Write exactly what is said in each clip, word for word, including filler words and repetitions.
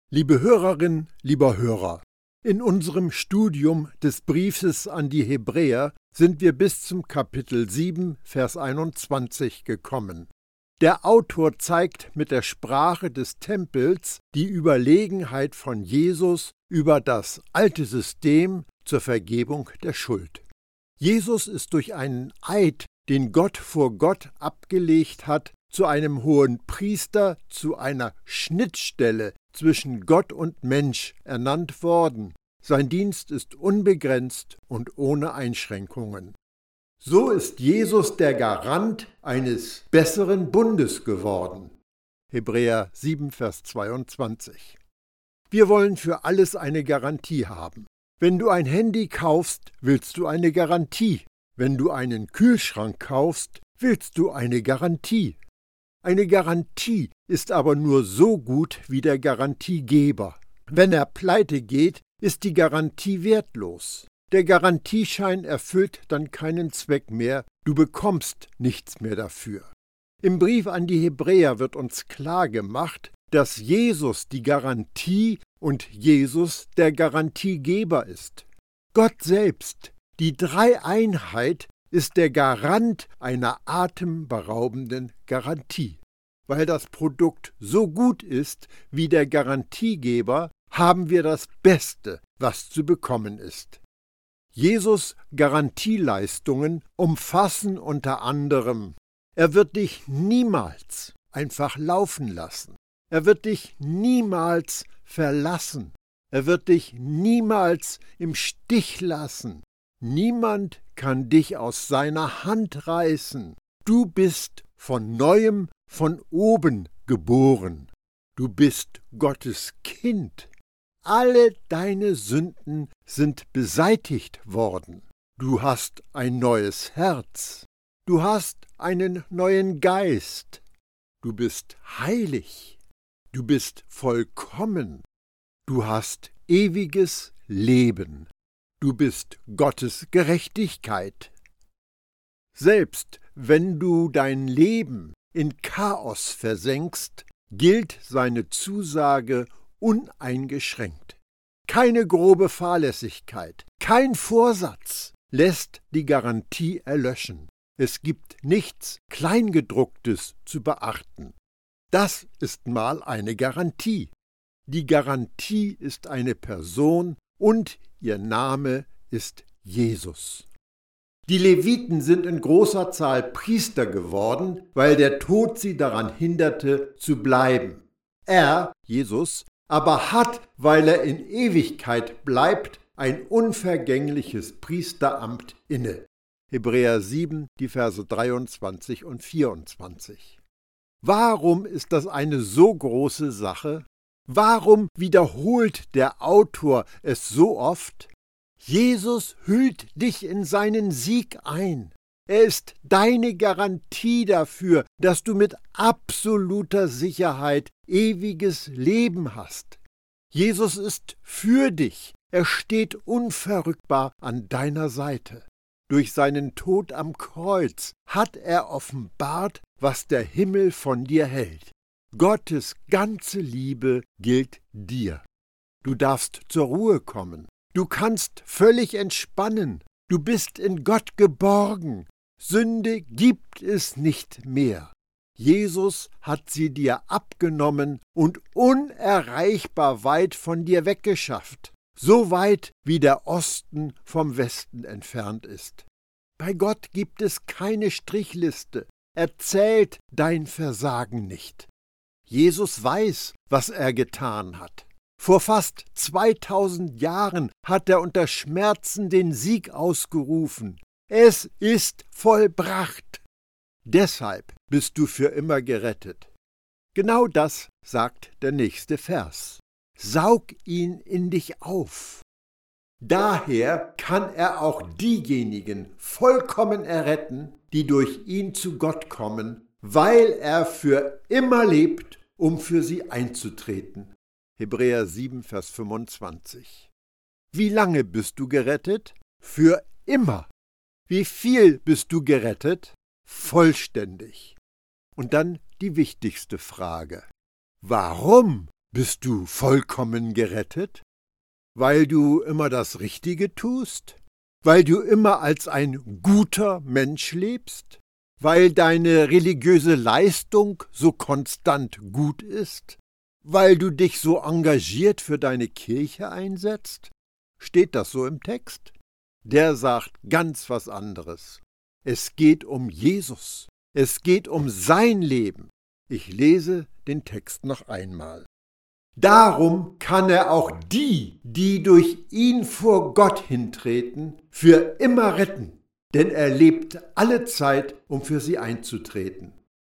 Liebe Hörerin, lieber Hörer, in unserem Studium des Briefes an die Hebräer sind wir bis zum Kapitel sieben, Vers einundzwanzig gekommen. Der Autor zeigt mit der Sprache des Tempels die Überlegenheit von Jesus über das alte System zur Vergebung der Schuld. Jesus ist durch einen Eid, den Gott vor Gott abgelegt hat, zu einem hohen Priester, zu einer Schnittstelle zwischen Gott und Mensch ernannt worden. Sein Dienst ist unbegrenzt und ohne Einschränkungen. So ist Jesus der Garant eines besseren Bundes geworden. Hebräer sieben, Vers zweiundzwanzig. Wir wollen für alles eine Garantie haben. Wenn du ein Handy kaufst, willst du eine Garantie. Wenn du einen Kühlschrank kaufst, willst du eine Garantie. Eine Garantie ist aber nur so gut wie der Garantiegeber. Wenn er pleite geht, ist die Garantie wertlos. Der Garantieschein erfüllt dann keinen Zweck mehr, du bekommst nichts mehr dafür. Im Brief an die Hebräer wird uns klar gemacht, dass Jesus die Garantie und Jesus der Garantiegeber ist. Gott selbst, die Dreieinheit, ist der Garant einer atemberaubenden Garantie. Weil das Produkt so gut ist wie der Garantiegeber, haben wir das Beste, was zu bekommen ist. Jesus' Garantieleistungen umfassen unter anderem: Er wird dich niemals einfach laufen lassen. Er wird dich niemals verlassen. Er wird dich niemals im Stich lassen. Niemand kann dich aus seiner Hand reißen. Du bist von Neuem, von oben geboren. Du bist Gottes Kind. Alle deine Sünden sind beseitigt worden. Du hast ein neues Herz. Du hast einen neuen Geist. Du bist heilig. Du bist vollkommen. Du hast ewiges Leben. Du bist Gottes Gerechtigkeit. Selbst wenn du dein Leben in Chaos versenkst, gilt seine Zusage uneingeschränkt. Keine grobe Fahrlässigkeit, kein Vorsatz lässt die Garantie erlöschen. Es gibt nichts Kleingedrucktes zu beachten. Das ist mal eine Garantie. Die Garantie ist eine Person und ihr Name ist Jesus. Die Leviten sind in großer Zahl Priester geworden, weil der Tod sie daran hinderte, zu bleiben. Er, Jesus, aber hat, weil er in Ewigkeit bleibt, ein unvergängliches Priesteramt inne. Hebräer sieben, die Verse dreiundzwanzig und vierundzwanzig. Warum ist das eine so große Sache? Warum wiederholt der Autor es so oft? Jesus hüllt dich in seinen Sieg ein. Er ist deine Garantie dafür, dass du mit absoluter Sicherheit ewiges Leben hast. Jesus ist für dich. Er steht unverrückbar an deiner Seite. Durch seinen Tod am Kreuz hat er offenbart, was der Himmel von dir hält. Gottes ganze Liebe gilt dir. Du darfst zur Ruhe kommen. Du kannst völlig entspannen. Du bist in Gott geborgen. Sünde gibt es nicht mehr. Jesus hat sie dir abgenommen und unerreichbar weit von dir weggeschafft. So weit, wie der Osten vom Westen entfernt ist. Bei Gott gibt es keine Strichliste. Er zählt dein Versagen nicht. Jesus weiß, was er getan hat. Vor fast zweitausend Jahren hat er unter Schmerzen den Sieg ausgerufen. Es ist vollbracht. Deshalb bist du für immer gerettet. Genau das sagt der nächste Vers. Saug ihn in dich auf. Daher kann er auch diejenigen vollkommen erretten, die durch ihn zu Gott kommen, weil er für immer lebt, um für sie einzutreten. Hebräer sieben, Vers fünfundzwanzig. Wie lange bist du gerettet? Für immer. Wie viel bist du gerettet? Vollständig. Und dann die wichtigste Frage. Warum Bist du vollkommen gerettet? Weil du immer das Richtige tust? Weil du immer als ein guter Mensch lebst? Weil deine religiöse Leistung so konstant gut ist? Weil du dich so engagiert für deine Kirche einsetzt? Steht das so im Text? Der sagt ganz was anderes. Es geht um Jesus. Es geht um sein Leben. Ich lese den Text noch einmal. Darum kann er auch die, die durch ihn vor Gott hintreten, für immer retten, denn er lebt alle Zeit, um für sie einzutreten.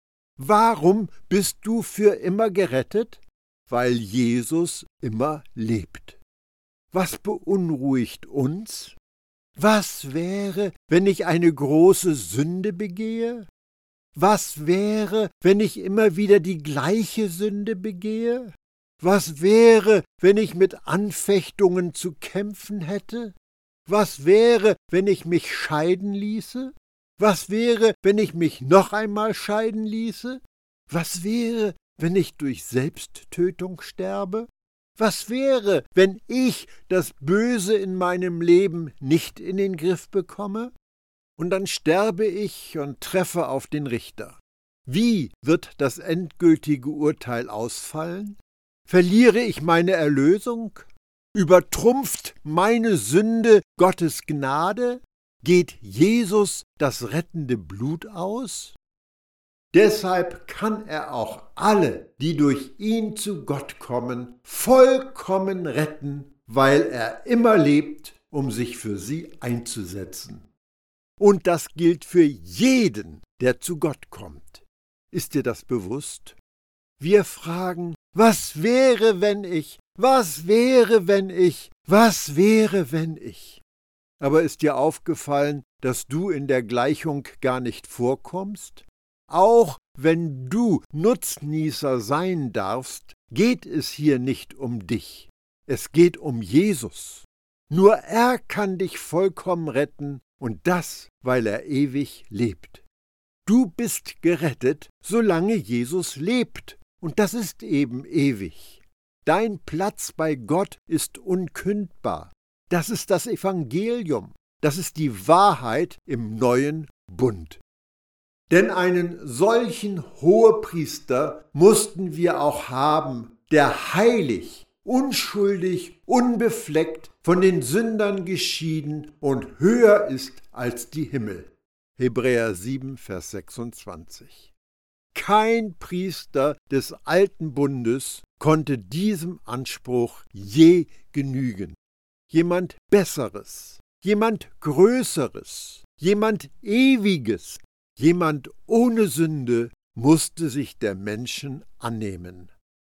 Warum bist du für immer gerettet? Weil Jesus immer lebt. Was beunruhigt uns? Was wäre, wenn ich eine große Sünde begehe? Was wäre, wenn ich immer wieder die gleiche Sünde begehe? Was wäre, wenn ich mit Anfechtungen zu kämpfen hätte? Was wäre, wenn ich mich scheiden ließe? Was wäre, wenn ich mich noch einmal scheiden ließe? Was wäre, wenn ich durch Selbsttötung sterbe? Was wäre, wenn ich das Böse in meinem Leben nicht in den Griff bekomme? Und dann sterbe ich und treffe auf den Richter. Wie wird das endgültige Urteil ausfallen? Verliere ich meine Erlösung? Übertrumpft meine Sünde Gottes Gnade? Geht Jesus das rettende Blut aus? Deshalb kann er auch alle, die durch ihn zu Gott kommen, vollkommen retten, weil er immer lebt, um sich für sie einzusetzen. Und das gilt für jeden, der zu Gott kommt. Ist dir das bewusst? Wir fragen, was wäre, wenn ich, was wäre, wenn ich, was wäre, wenn ich? Aber ist dir aufgefallen, dass du in der Gleichung gar nicht vorkommst? Auch wenn du Nutznießer sein darfst, geht es hier nicht um dich. Es geht um Jesus. Nur er kann dich vollkommen retten, und das, weil er ewig lebt. Du bist gerettet, solange Jesus lebt, und das ist eben ewig. Dein Platz bei Gott ist unkündbar. Das ist das Evangelium. Das ist die Wahrheit im neuen Bund. Denn einen solchen Hohepriester mussten wir auch haben, der heilig, unschuldig, unbefleckt, von den Sündern geschieden und höher ist als die Himmel. Hebräer sieben, Vers sechsundzwanzig. Kein Priester des alten Bundes konnte diesem Anspruch je genügen. Jemand Besseres, jemand Größeres, jemand Ewiges, jemand ohne Sünde musste sich der Menschen annehmen.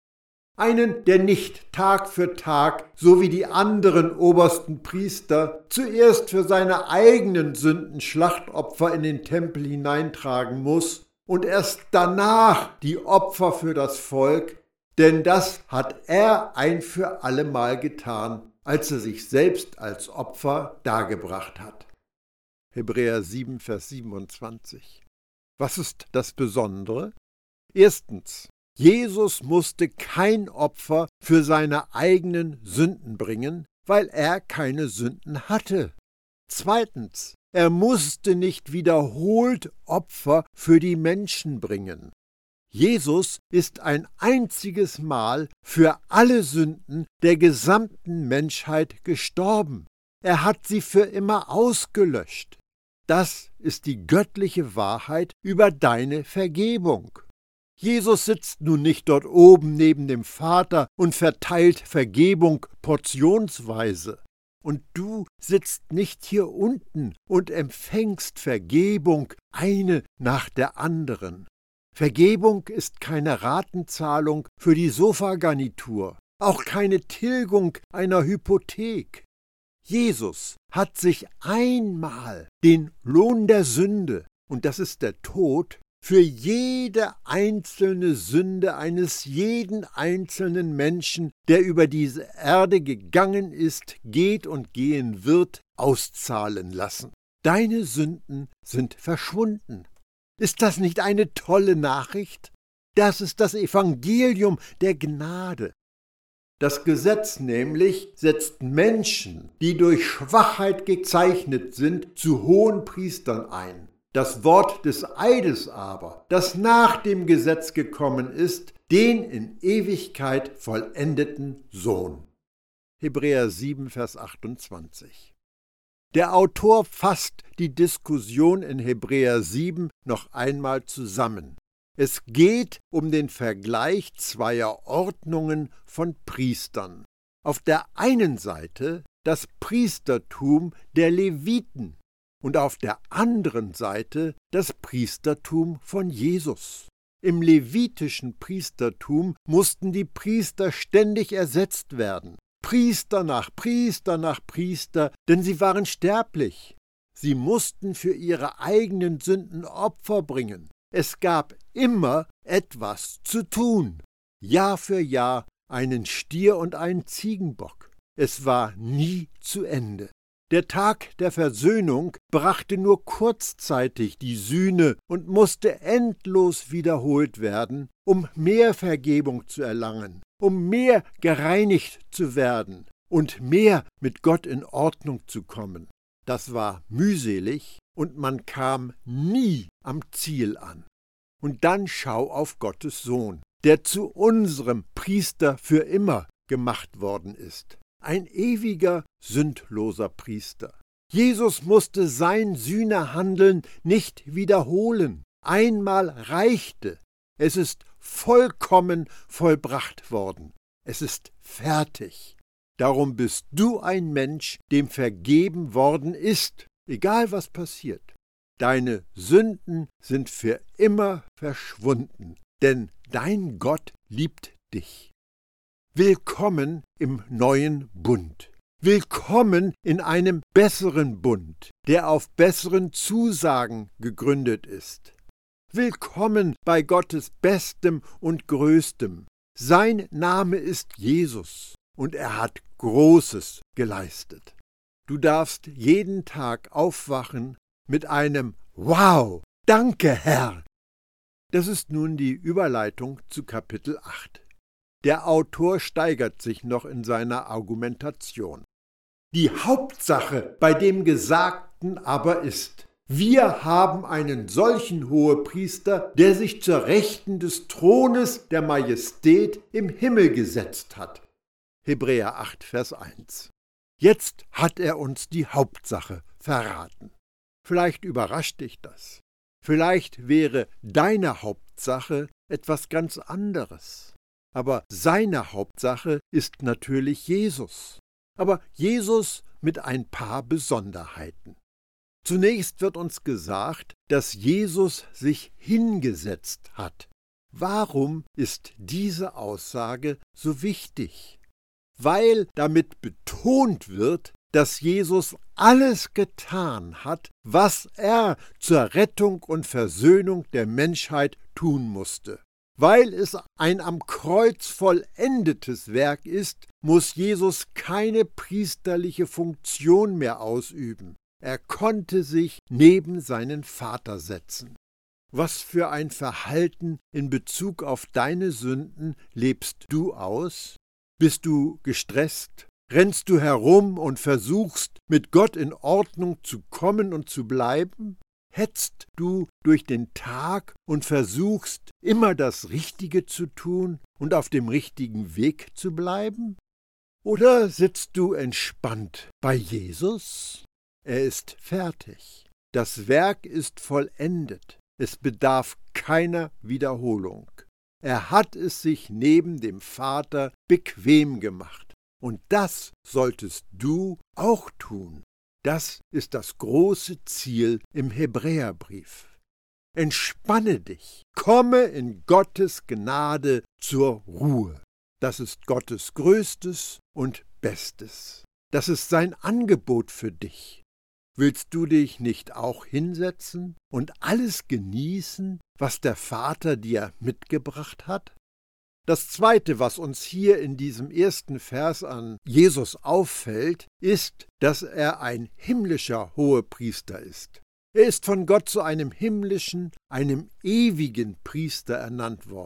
Einen, der nicht Tag für Tag, so wie die anderen obersten Priester, zuerst für seine eigenen Sünden Schlachtopfer in den Tempel hineintragen muss und erst danach die Opfer für das Volk, denn das hat er ein für allemal getan, als er sich selbst als Opfer dargebracht hat. Hebräer sieben, Vers siebenundzwanzig. Was ist das Besondere? Erstens, Jesus musste kein Opfer für seine eigenen Sünden bringen, weil er keine Sünden hatte. Zweitens, er musste nicht wiederholt Opfer für die Menschen bringen. Jesus ist ein einziges Mal für alle Sünden der gesamten Menschheit gestorben. Er hat sie für immer ausgelöscht. Das ist die göttliche Wahrheit über deine Vergebung. Jesus sitzt nun nicht dort oben neben dem Vater und verteilt Vergebung portionsweise. Und du sitzt nicht hier unten und empfängst Vergebung eine nach der anderen. Vergebung ist keine Ratenzahlung für die Sofagarnitur, auch keine Tilgung einer Hypothek. Jesus hat sich einmal den Lohn der Sünde, und das ist der Tod, für jede einzelne Sünde eines jeden einzelnen Menschen, der über diese Erde gegangen ist, geht und gehen wird, auszahlen lassen. Deine Sünden sind verschwunden. Ist das nicht eine tolle Nachricht? Das ist das Evangelium der Gnade. Das Gesetz nämlich setzt Menschen, die durch Schwachheit gezeichnet sind, zu hohen Priestern ein. Das Wort des Eides aber, das nach dem Gesetz gekommen ist, den in Ewigkeit vollendeten Sohn. Hebräer sieben, Vers achtundzwanzig. Der Autor fasst die Diskussion in Hebräer sieben noch einmal zusammen. Es geht um den Vergleich zweier Ordnungen von Priestern. Auf der einen Seite das Priestertum der Leviten und auf der anderen Seite das Priestertum von Jesus. Im levitischen Priestertum mussten die Priester ständig ersetzt werden. Priester nach Priester nach Priester, denn sie waren sterblich. Sie mussten für ihre eigenen Sünden Opfer bringen. Es gab immer etwas zu tun. Jahr für Jahr einen Stier und einen Ziegenbock. Es war nie zu Ende. Der Tag der Versöhnung brachte nur kurzzeitig die Sühne und musste endlos wiederholt werden, um mehr Vergebung zu erlangen, um mehr gereinigt zu werden und mehr mit Gott in Ordnung zu kommen. Das war mühselig und man kam nie am Ziel an. Und dann schau auf Gottes Sohn, der zu unserem Priester für immer gemacht worden ist. Ein ewiger, sündloser Priester. Jesus musste sein Sühnehandeln nicht wiederholen. Einmal reichte. Es ist vollkommen vollbracht worden. Es ist fertig. Darum bist du ein Mensch, dem vergeben worden ist, egal was passiert. Deine Sünden sind für immer verschwunden, denn dein Gott liebt dich. Willkommen im neuen Bund. Willkommen in einem besseren Bund, der auf besseren Zusagen gegründet ist. Willkommen bei Gottes Bestem und Größtem. Sein Name ist Jesus und er hat Großes geleistet. Du darfst jeden Tag aufwachen mit einem Wow, danke Herr. Das ist nun die Überleitung zu Kapitel acht. Der Autor steigert sich noch in seiner Argumentation. Die Hauptsache bei dem Gesagten aber ist, wir haben einen solchen Hohepriester, der sich zur Rechten des Thrones der Majestät im Himmel gesetzt hat. Hebräer acht, Vers eins. Jetzt hat er uns die Hauptsache verraten. Vielleicht überrascht dich das. Vielleicht wäre deine Hauptsache etwas ganz anderes. Aber seine Hauptsache ist natürlich Jesus. Aber Jesus mit ein paar Besonderheiten. Zunächst wird uns gesagt, dass Jesus sich hingesetzt hat. Warum ist diese Aussage so wichtig? Weil damit betont wird, dass Jesus alles getan hat, was er zur Rettung und Versöhnung der Menschheit tun musste. Weil es ein am Kreuz vollendetes Werk ist, muss Jesus keine priesterliche Funktion mehr ausüben. Er konnte sich neben seinen Vater setzen. Was für ein Verhalten in Bezug auf deine Sünden lebst du aus? Bist du gestresst? Rennst du herum und versuchst, mit Gott in Ordnung zu kommen und zu bleiben? Hetzt du durch den Tag und versuchst, immer das Richtige zu tun und auf dem richtigen Weg zu bleiben? Oder sitzt du entspannt bei Jesus? Er ist fertig. Das Werk ist vollendet. Es bedarf keiner Wiederholung. Er hat es sich neben dem Vater bequem gemacht. Und das solltest du auch tun. Das ist das große Ziel im Hebräerbrief. Entspanne dich, komme in Gottes Gnade zur Ruhe. Das ist Gottes Größtes und Bestes. Das ist sein Angebot für dich. Willst du dich nicht auch hinsetzen und alles genießen, was der Vater dir mitgebracht hat? Das Zweite, was uns hier in diesem ersten Vers an Jesus auffällt, ist, dass er ein himmlischer Hohepriester ist. Er ist von Gott zu einem himmlischen, einem ewigen Priester ernannt worden.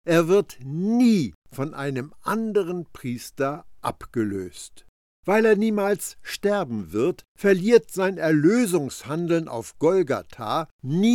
Er wird nie von einem anderen Priester abgelöst. Weil er niemals sterben wird, verliert sein Erlösungshandeln auf Golgatha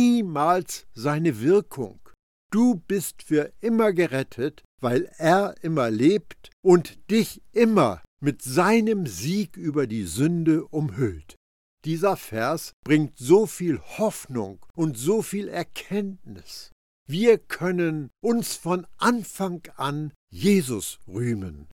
niemals seine Wirkung. Du bist für immer gerettet, weil er immer lebt und dich immer mit seinem Sieg über die Sünde umhüllt. Dieser Vers bringt so viel Hoffnung und so viel Erkenntnis. Wir können uns von Anfang an Jesus rühmen.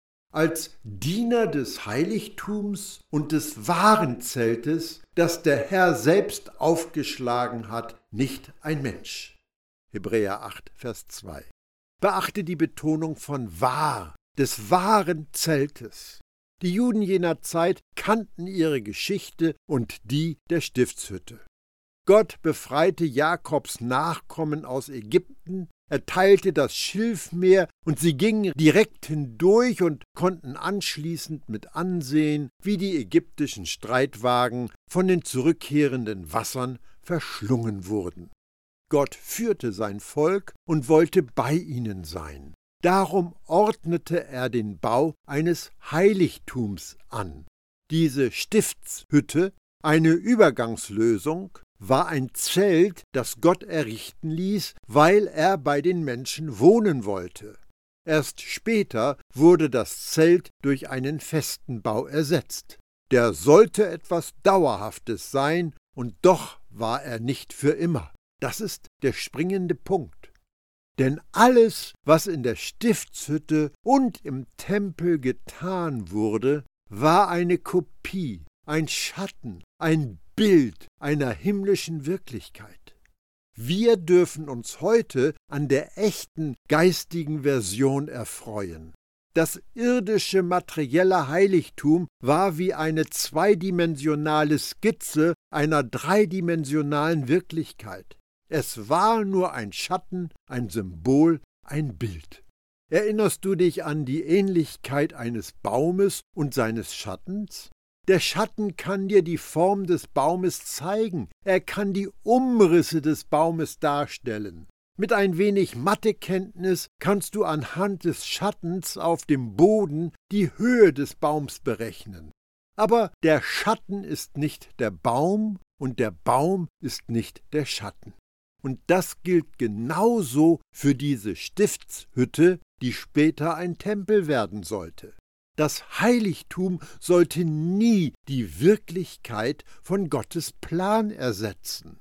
Als Diener des Heiligtums und des wahren Zeltes, das der Herr selbst aufgeschlagen hat, nicht ein Mensch. Hebräer acht, Vers zwei. Beachte die Betonung von wahr, des wahren Zeltes. Die Juden jener Zeit kannten ihre Geschichte und die der Stiftshütte. Gott befreite Jakobs Nachkommen aus Ägypten, er teilte das Schilfmeer und sie gingen direkt hindurch und konnten anschließend mit ansehen, wie die ägyptischen Streitwagen von den zurückkehrenden Wassern verschlungen wurden. Gott führte sein Volk und wollte bei ihnen sein. Darum ordnete er den Bau eines Heiligtums an. Diese Stiftshütte, eine Übergangslösung, war ein Zelt, das Gott errichten ließ, weil er bei den Menschen wohnen wollte. Erst später wurde das Zelt durch einen festen Bau ersetzt. Der sollte etwas Dauerhaftes sein, und doch war er nicht für immer. Das ist der springende Punkt. Denn alles, was in der Stiftshütte und im Tempel getan wurde, war eine Kopie, ein Schatten, ein Bild einer himmlischen Wirklichkeit. Wir dürfen uns heute an der echten geistigen Version erfreuen. Das irdische materielle Heiligtum war wie eine zweidimensionale Skizze einer dreidimensionalen Wirklichkeit. Es war nur ein Schatten, ein Symbol, ein Bild. Erinnerst du dich an die Ähnlichkeit eines Baumes und seines Schattens? Der Schatten kann dir die Form des Baumes zeigen, er kann die Umrisse des Baumes darstellen. Mit ein wenig Mathekenntnis kannst du anhand des Schattens auf dem Boden die Höhe des Baums berechnen. Aber der Schatten ist nicht der Baum und der Baum ist nicht der Schatten. Und das gilt genauso für diese Stiftshütte, die später ein Tempel werden sollte. Das Heiligtum sollte nie die Wirklichkeit von Gottes Plan ersetzen.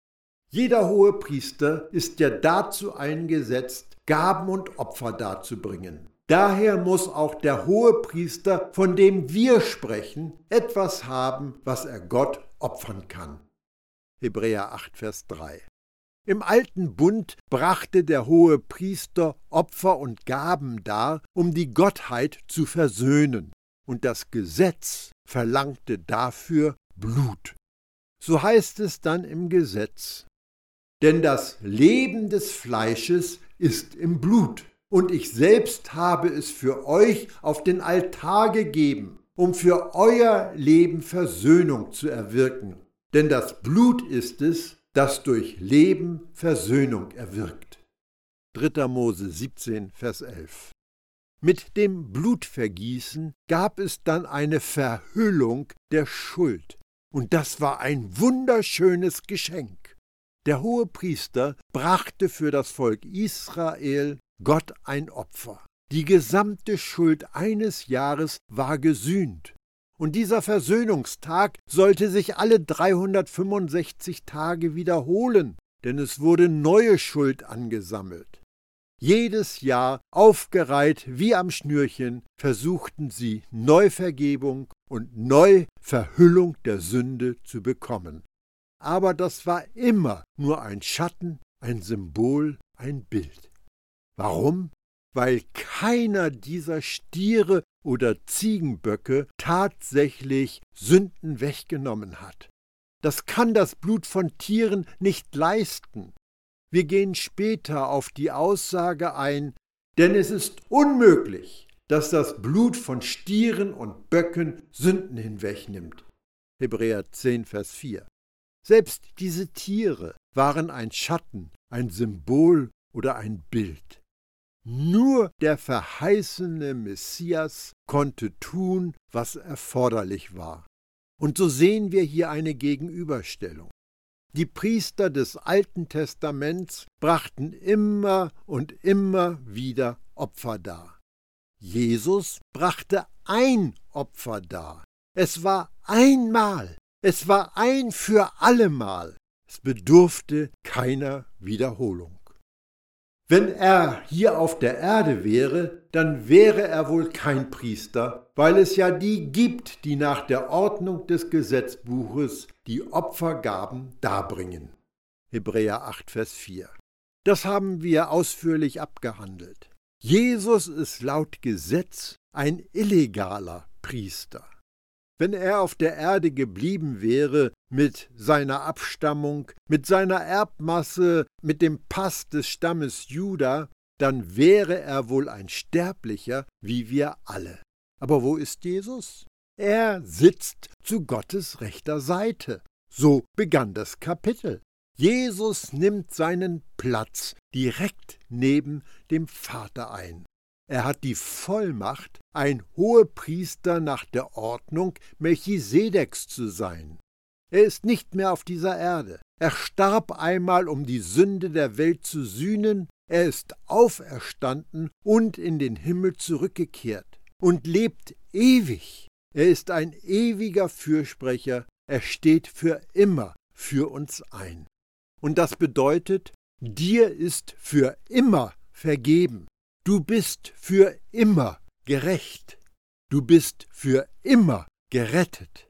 Jeder Hohepriester ist ja dazu eingesetzt, Gaben und Opfer darzubringen. Daher muss auch der Hohepriester, von dem wir sprechen, etwas haben, was er Gott opfern kann. Hebräer acht, Vers drei. Im alten Bund brachte der Hohepriester Opfer und Gaben dar, um die Gottheit zu versöhnen, und das Gesetz verlangte dafür Blut. So heißt es dann im Gesetz: Denn das Leben des Fleisches ist im Blut, und ich selbst habe es für euch auf den Altar gegeben, um für euer Leben Versöhnung zu erwirken. Denn das Blut ist es, das durch Leben Versöhnung erwirkt. dritter Mose siebzehn, Vers elf. Mit dem Blutvergießen gab es dann eine Verhüllung der Schuld, und das war ein wunderschönes Geschenk. Der Hohepriester brachte für das Volk Israel Gott ein Opfer. Die gesamte Schuld eines Jahres war gesühnt. Und dieser Versöhnungstag sollte sich alle dreihundertfünfundsechzig Tage wiederholen, denn es wurde neue Schuld angesammelt. Jedes Jahr, aufgereiht wie am Schnürchen, versuchten sie Neuvergebung und Neuverhüllung der Sünde zu bekommen. Aber das war immer nur ein Schatten, ein Symbol, ein Bild. Warum? Weil keiner dieser Stiere oder Ziegenböcke tatsächlich Sünden weggenommen hat. Das kann das Blut von Tieren nicht leisten. Wir gehen später auf die Aussage ein, denn es ist unmöglich, dass das Blut von Stieren und Böcken Sünden hinwegnimmt. Hebräer zehn, Vers vier. Selbst diese Tiere waren ein Schatten, ein Symbol oder ein Bild. Nur der verheißene Messias konnte tun, was erforderlich war. Und so sehen wir hier eine Gegenüberstellung. Die Priester des Alten Testaments brachten immer und immer wieder Opfer dar. Jesus brachte ein Opfer dar. Es war einmal, es war ein für allemal. Es bedurfte keiner Wiederholung. Wenn er hier auf der Erde wäre, dann wäre er wohl kein Priester, weil es ja die gibt, die nach der Ordnung des Gesetzbuches die Opfergaben darbringen. Hebräer acht, Vers vier. Das haben wir ausführlich abgehandelt. Jesus ist laut Gesetz ein illegaler Priester. Wenn er auf der Erde geblieben wäre mit seiner Abstammung, mit seiner Erbmasse, mit dem Pass des Stammes Juda, dann wäre er wohl ein Sterblicher wie wir alle. Aber wo ist Jesus? Er sitzt zu Gottes rechter Seite. So begann das Kapitel. Jesus nimmt seinen Platz direkt neben dem Vater ein. Er hat die Vollmacht, ein Hohepriester nach der Ordnung Melchisedeks zu sein. Er ist nicht mehr auf dieser Erde. Er starb einmal, um die Sünde der Welt zu sühnen. Er ist auferstanden und in den Himmel zurückgekehrt und lebt ewig. Er ist ein ewiger Fürsprecher. Er steht für immer für uns ein. Und das bedeutet, dir ist für immer vergeben. Du bist für immer gerecht. Du bist für immer gerettet.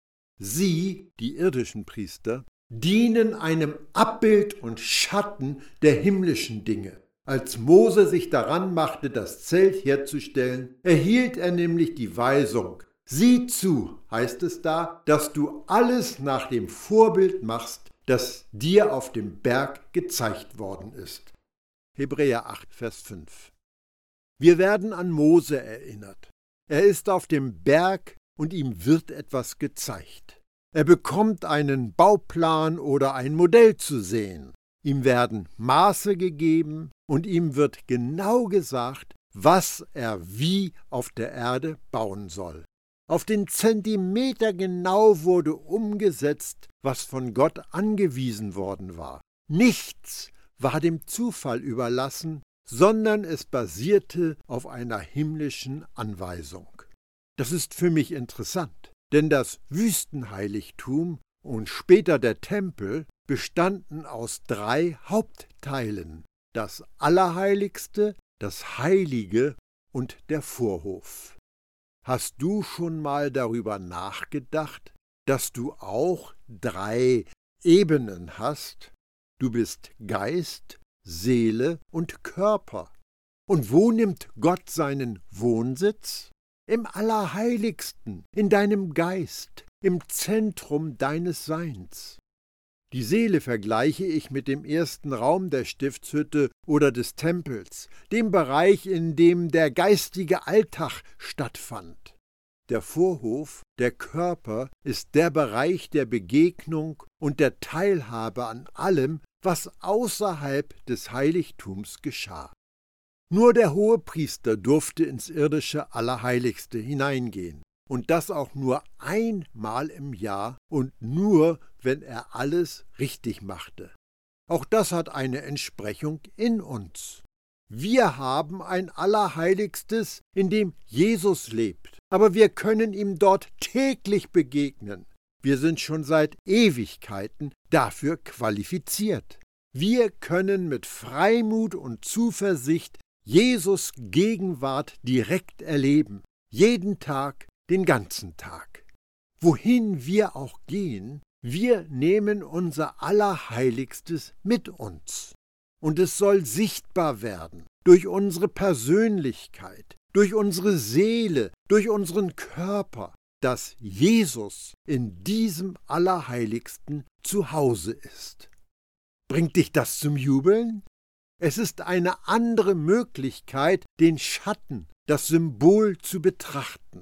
Sie, die irdischen Priester, dienen einem Abbild und Schatten der himmlischen Dinge. Als Mose sich daran machte, das Zelt herzustellen, erhielt er nämlich die Weisung: Sieh zu, heißt es da, dass du alles nach dem Vorbild machst, das dir auf dem Berg gezeigt worden ist. Hebräer acht, Vers fünf. Wir werden an Mose erinnert. Er ist auf dem Berg und ihm wird etwas gezeigt. Er bekommt einen Bauplan oder ein Modell zu sehen. Ihm werden Maße gegeben und ihm wird genau gesagt, was er wie auf der Erde bauen soll. Auf den Zentimeter genau wurde umgesetzt, was von Gott angewiesen worden war. Nichts war dem Zufall überlassen, sondern es basierte auf einer himmlischen Anweisung. Das ist für mich interessant, denn das Wüstenheiligtum und später der Tempel bestanden aus drei Hauptteilen: das Allerheiligste, das Heilige und der Vorhof. Hast du schon mal darüber nachgedacht, dass du auch drei Ebenen hast? Du bist Geist, Seele und Körper. Und wo nimmt Gott seinen Wohnsitz? Im Allerheiligsten, in deinem Geist, im Zentrum deines Seins. Die Seele vergleiche ich mit dem ersten Raum der Stiftshütte oder des Tempels, dem Bereich, in dem der geistige Alltag stattfand. Der Vorhof, der Körper, ist der Bereich der Begegnung und der Teilhabe an allem, was außerhalb des Heiligtums geschah. Nur der Hohepriester durfte ins irdische Allerheiligste hineingehen, und das auch nur einmal im Jahr und nur, wenn er alles richtig machte. Auch das hat eine Entsprechung in uns. Wir haben ein Allerheiligstes, in dem Jesus lebt, aber wir können ihm dort täglich begegnen. Wir sind schon seit Ewigkeiten dafür qualifiziert. Wir können mit Freimut und Zuversicht Jesus' Gegenwart direkt erleben, jeden Tag, den ganzen Tag. Wohin wir auch gehen, wir nehmen unser Allerheiligstes mit uns. Und es soll sichtbar werden durch unsere Persönlichkeit, durch unsere Seele, durch unseren Körper, dass Jesus in diesem Allerheiligsten zu Hause ist. Bringt dich das zum Jubeln? Es ist eine andere Möglichkeit, den Schatten, das Symbol zu betrachten.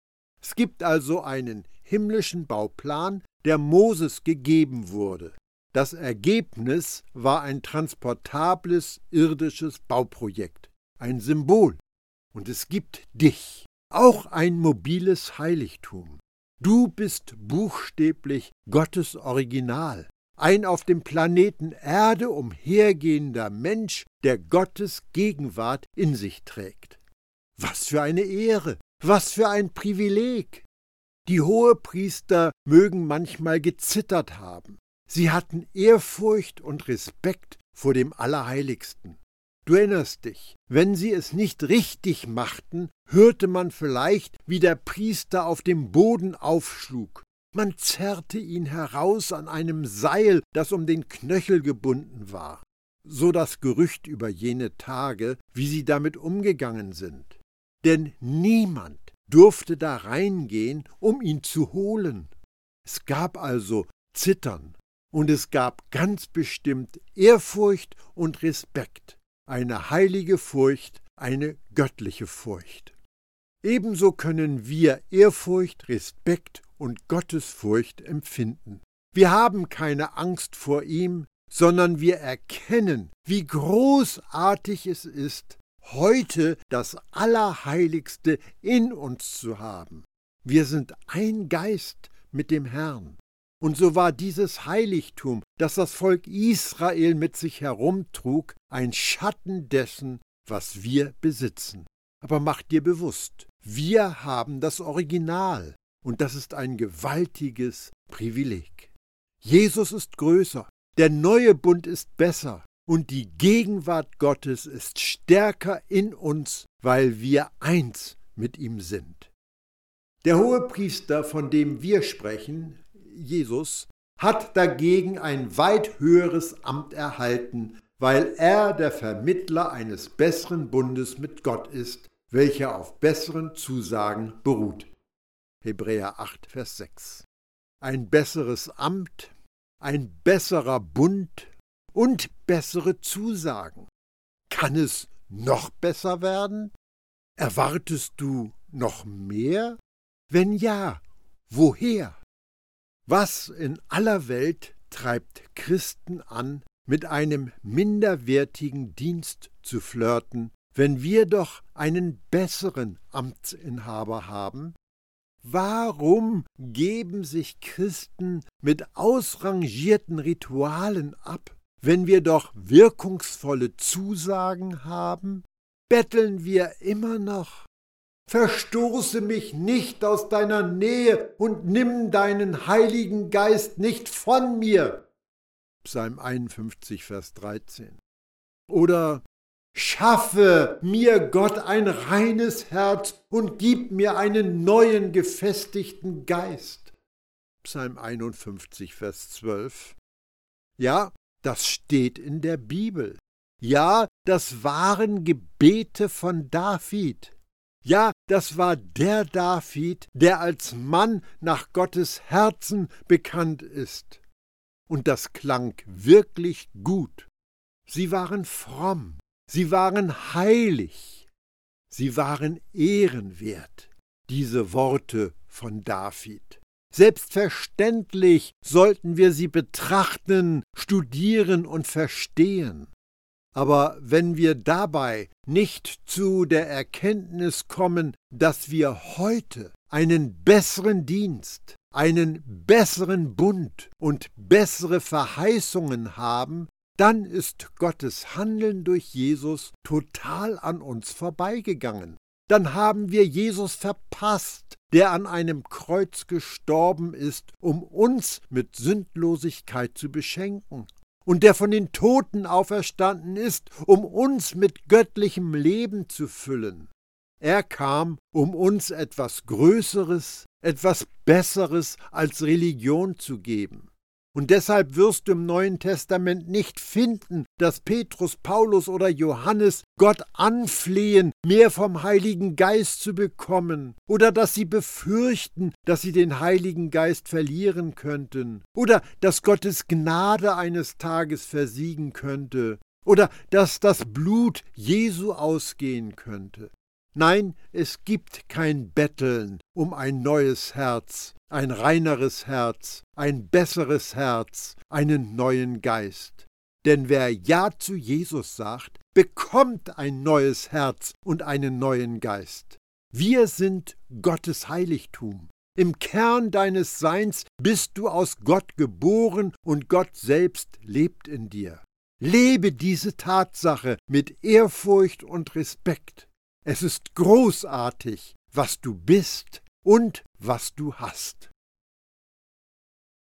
Es gibt also einen himmlischen Bauplan, der Moses gegeben wurde. Das Ergebnis war ein transportables irdisches Bauprojekt. ein Symbol. Und es gibt dich, auch ein mobiles Heiligtum. Du bist buchstäblich Gottes Original, ein auf dem Planeten Erde umhergehender Mensch, der Gottes Gegenwart in sich trägt. Was für eine Ehre, was für ein Privileg! Die Hohepriester mögen manchmal gezittert haben. Sie hatten Ehrfurcht und Respekt vor dem Allerheiligsten. Du erinnerst dich, wenn sie es nicht richtig machten, hörte man vielleicht, wie der Priester auf dem Boden aufschlug. Man zerrte ihn heraus an einem Seil, das um den Knöchel gebunden war. So das Gerücht über jene Tage, wie sie damit umgegangen sind. Denn niemand durfte da reingehen, um ihn zu holen. Es gab also Zittern und es gab ganz bestimmt Ehrfurcht und Respekt. Eine heilige Furcht, eine göttliche Furcht. Ebenso können wir Ehrfurcht, Respekt und Gottesfurcht empfinden. Wir haben keine Angst vor ihm, sondern wir erkennen, wie großartig es ist, heute das Allerheiligste in uns zu haben. Wir sind ein Geist mit dem Herrn. Und so war dieses Heiligtum, das das Volk Israel mit sich herumtrug, ein Schatten dessen, was wir besitzen. Aber mach dir bewusst, wir haben das Original und das ist ein gewaltiges Privileg. Jesus ist größer, der neue Bund ist besser und die Gegenwart Gottes ist stärker in uns, weil wir eins mit ihm sind. Der Hohepriester, von dem wir sprechen, Jesus, hat dagegen ein weit höheres Amt erhalten, weil er der Vermittler eines besseren Bundes mit Gott ist, welcher auf besseren Zusagen beruht. Hebräer acht, Vers sechs. Ein besseres Amt, ein besserer Bund und bessere Zusagen. Kann es noch besser werden? Erwartest du noch mehr? Wenn ja, woher? Was in aller Welt treibt Christen an, mit einem minderwertigen Dienst zu flirten, wenn wir doch einen besseren Amtsinhaber haben? Warum geben sich Christen mit ausrangierten Ritualen ab, wenn wir doch wirkungsvolle Zusagen haben? Betteln wir immer noch? Verstoße mich nicht aus deiner Nähe und nimm deinen Heiligen Geist nicht von mir. Psalm einundfünfzig, Vers dreizehn. Oder schaffe mir, Gott, ein reines Herz und gib mir einen neuen, gefestigten Geist. Psalm einundfünfzig, Vers zwölf. Ja, das steht in der Bibel. Ja, das waren Gebete von David. Ja, das war der David, der als Mann nach Gottes Herzen bekannt ist. Und das klang wirklich gut. Sie waren fromm, sie waren heilig, sie waren ehrenwert, diese Worte von David. Selbstverständlich sollten wir sie betrachten, studieren und verstehen. Aber wenn wir dabei nicht zu der Erkenntnis kommen, dass wir heute einen besseren Dienst, einen besseren Bund und bessere Verheißungen haben, dann ist Gottes Handeln durch Jesus total an uns vorbeigegangen. Dann haben wir Jesus verpasst, der an einem Kreuz gestorben ist, um uns mit Sündlosigkeit zu beschenken. Und der von den Toten auferstanden ist, um uns mit göttlichem Leben zu füllen. Er kam, um uns etwas Größeres, etwas Besseres als Religion zu geben. Und deshalb wirst du im Neuen Testament nicht finden, dass Petrus, Paulus oder Johannes Gott anflehen, mehr vom Heiligen Geist zu bekommen, oder dass sie befürchten, dass sie den Heiligen Geist verlieren könnten, oder dass Gottes Gnade eines Tages versiegen könnte, oder dass das Blut Jesu ausgehen könnte. Nein, es gibt kein Betteln um ein neues Herz, ein reineres Herz, ein besseres Herz, einen neuen Geist. Denn wer Ja zu Jesus sagt, bekommt ein neues Herz und einen neuen Geist. Wir sind Gottes Heiligtum. Im Kern deines Seins bist du aus Gott geboren und Gott selbst lebt in dir. Lebe diese Tatsache mit Ehrfurcht und Respekt. Es ist großartig, was du bist und was du hast.